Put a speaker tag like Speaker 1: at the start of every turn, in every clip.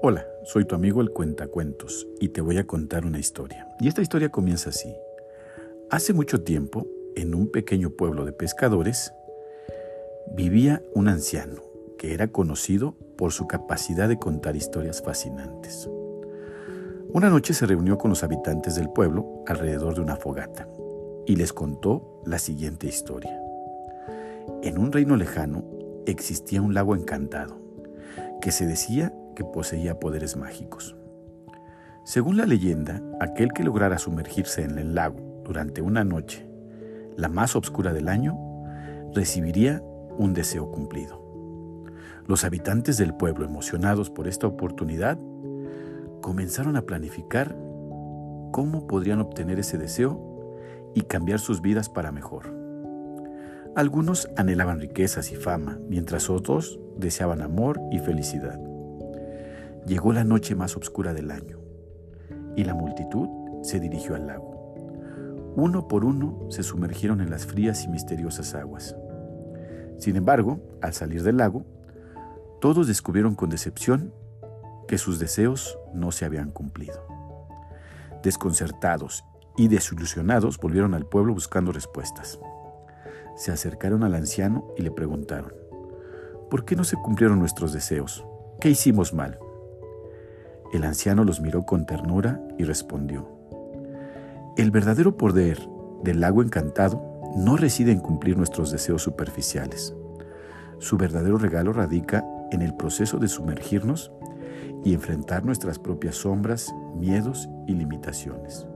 Speaker 1: Hola, soy tu amigo el Cuentacuentos y te voy a contar una historia. Y esta historia comienza así. Hace mucho tiempo, en un pequeño pueblo de pescadores, vivía un anciano que era conocido por su capacidad de contar historias fascinantes. Una noche se reunió con los habitantes del pueblo alrededor de una fogata y les contó la siguiente historia. En un reino lejano existía un lago encantado que se decía que poseía poderes mágicos. Según la leyenda, aquel que lograra sumergirse en el lago durante una noche, la más oscura del año, recibiría un deseo cumplido. Los habitantes del pueblo, emocionados por esta oportunidad, comenzaron a planificar cómo podrían obtener ese deseo y cambiar sus vidas para mejor. Algunos anhelaban riquezas y fama, mientras otros deseaban amor y felicidad. Llegó la noche más oscura del año y la multitud se dirigió al lago. Uno por uno se sumergieron en las frías y misteriosas aguas. Sin embargo, al salir del lago, todos descubrieron con decepción que sus deseos no se habían cumplido. Desconcertados y desilusionados, volvieron al pueblo buscando respuestas. Se acercaron al anciano y le preguntaron: ¿por qué no se cumplieron nuestros deseos? ¿Qué hicimos mal? El anciano los miró con ternura y respondió: el verdadero poder del lago encantado no reside en cumplir nuestros deseos superficiales. Su verdadero regalo radica en el proceso de sumergirnos y enfrentar nuestras propias sombras, miedos y limitaciones.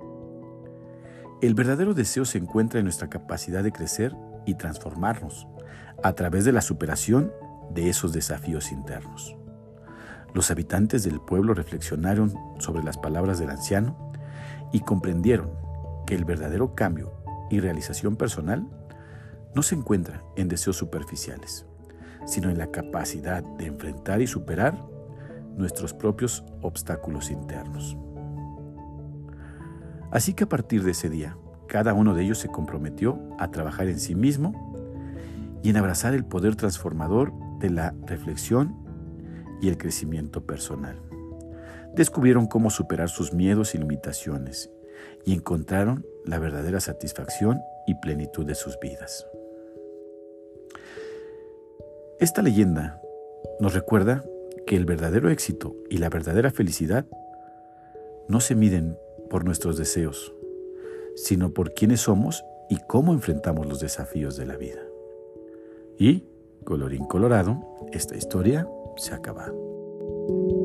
Speaker 1: El verdadero deseo se encuentra en nuestra capacidad de crecer y transformarnos a través de la superación de esos desafíos internos. Los habitantes del pueblo reflexionaron sobre las palabras del anciano y comprendieron que el verdadero cambio y realización personal no se encuentra en deseos superficiales, sino en la capacidad de enfrentar y superar nuestros propios obstáculos internos. Así que a partir de ese día, cada uno de ellos se comprometió a trabajar en sí mismo y en abrazar el poder transformador de la reflexión y el crecimiento personal. Descubrieron cómo superar sus miedos y limitaciones y encontraron la verdadera satisfacción y plenitud de sus vidas. Esta leyenda nos recuerda que el verdadero éxito y la verdadera felicidad no se miden por nuestros deseos, sino por quiénes somos y cómo enfrentamos los desafíos de la vida. Y, colorín colorado, esta historia se acaba.